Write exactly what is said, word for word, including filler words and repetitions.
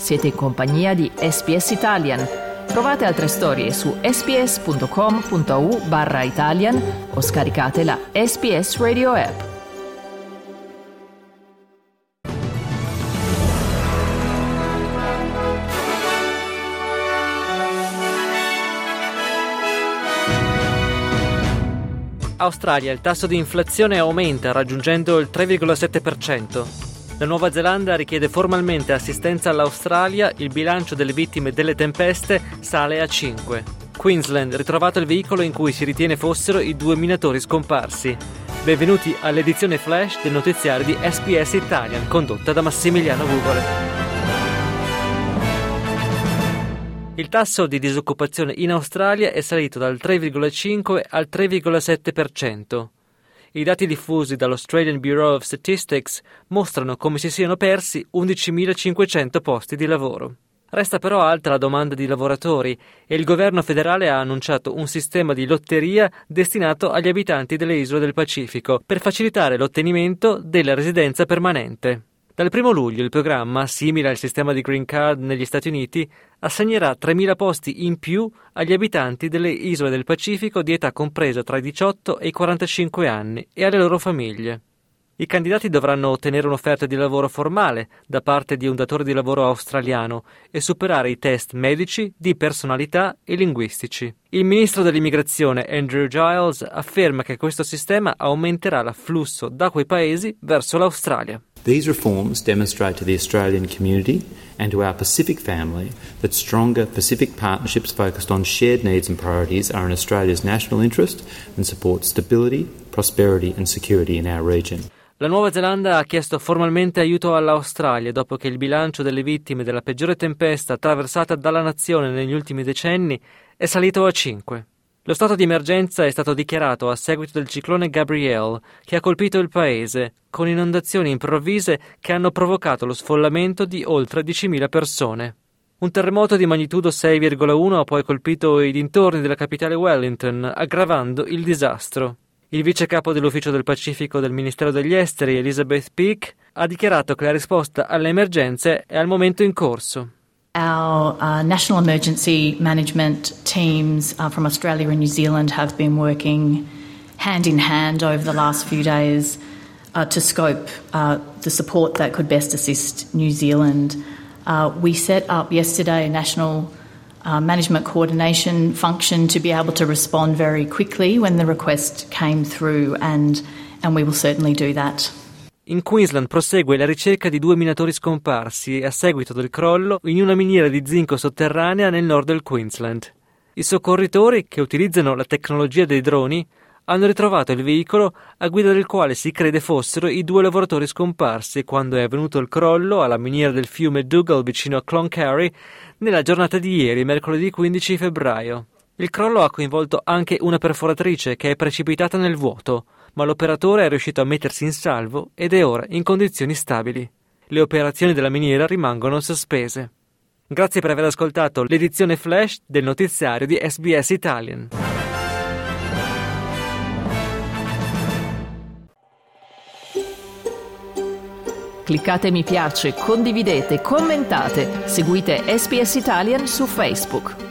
Siete in compagnia di S B S Italian. Trovate altre storie su sbs.com.au barra Italian o scaricate la S B S Radio app. Australia, il tasso di inflazione aumenta raggiungendo il tre virgola sette per cento. La Nuova Zelanda richiede formalmente assistenza all'Australia, il bilancio delle vittime delle tempeste sale a cinque. Queensland, ritrovato il veicolo in cui si ritiene fossero i due minatori scomparsi. Benvenuti all'edizione flash del notiziario di S B S Italian, condotta da Massimiliano Gugole. Il tasso di disoccupazione in Australia è salito dal tre virgola cinque al tre virgola sette per cento. I dati diffusi dall'Australian Bureau of Statistics mostrano come si siano persi undicimilacinquecento posti di lavoro. Resta però alta la domanda di lavoratori e il governo federale ha annunciato un sistema di lotteria destinato agli abitanti delle isole del Pacifico per facilitare l'ottenimento della residenza permanente. Dal primo luglio il programma, simile al sistema di Green Card negli Stati Uniti, assegnerà tremila posti in più agli abitanti delle isole del Pacifico di età compresa tra i diciotto e i quarantacinque anni e alle loro famiglie. I candidati dovranno ottenere un'offerta di lavoro formale da parte di un datore di lavoro australiano e superare i test medici, di personalità e linguistici. Il ministro dell'immigrazione Andrew Giles afferma che questo sistema aumenterà l'afflusso da quei paesi verso l'Australia. These reforms demonstrate to the Australian community and to our Pacific family that stronger Pacific partnerships focused on shared needs and priorities are in Australia's national interest and support stability, prosperity and security in our region. La Nuova Zelanda ha chiesto formalmente aiuto all'Australia dopo che il bilancio delle vittime della peggiore tempesta attraversata dalla nazione negli ultimi decenni è salito a cinque. Lo stato di emergenza è stato dichiarato a seguito del ciclone Gabrielle, che ha colpito il paese, con inondazioni improvvise che hanno provocato lo sfollamento di oltre diecimila persone. Un terremoto di magnitudo sei virgola uno ha poi colpito i dintorni della capitale Wellington, aggravando il disastro. Il vice capo dell'Ufficio del Pacifico del Ministero degli Esteri, Elizabeth Peake, ha dichiarato che la risposta alle emergenze è al momento in corso. Our uh, national emergency management teams uh, from Australia and New Zealand have been working hand in hand over the last few days uh, to scope uh, the support that could best assist New Zealand. Uh, we set up yesterday a national uh, management coordination function to be able to respond very quickly when the request came through, and, and we will certainly do that. In Queensland prosegue la ricerca di due minatori scomparsi a seguito del crollo in una miniera di zinco sotterranea nel nord del Queensland. I soccorritori, che utilizzano la tecnologia dei droni, hanno ritrovato il veicolo a guida del quale si crede fossero i due lavoratori scomparsi quando è avvenuto il crollo alla miniera del fiume Dougal vicino a Cloncurry nella giornata di ieri, mercoledì quindici febbraio. Il crollo ha coinvolto anche una perforatrice che è precipitata nel vuoto, ma l'operatore è riuscito a mettersi in salvo ed è ora in condizioni stabili. Le operazioni della miniera rimangono sospese. Grazie per aver ascoltato l'edizione flash del notiziario di S B S Italian. Cliccate mi piace, condividete, commentate, seguite S B S Italian su Facebook.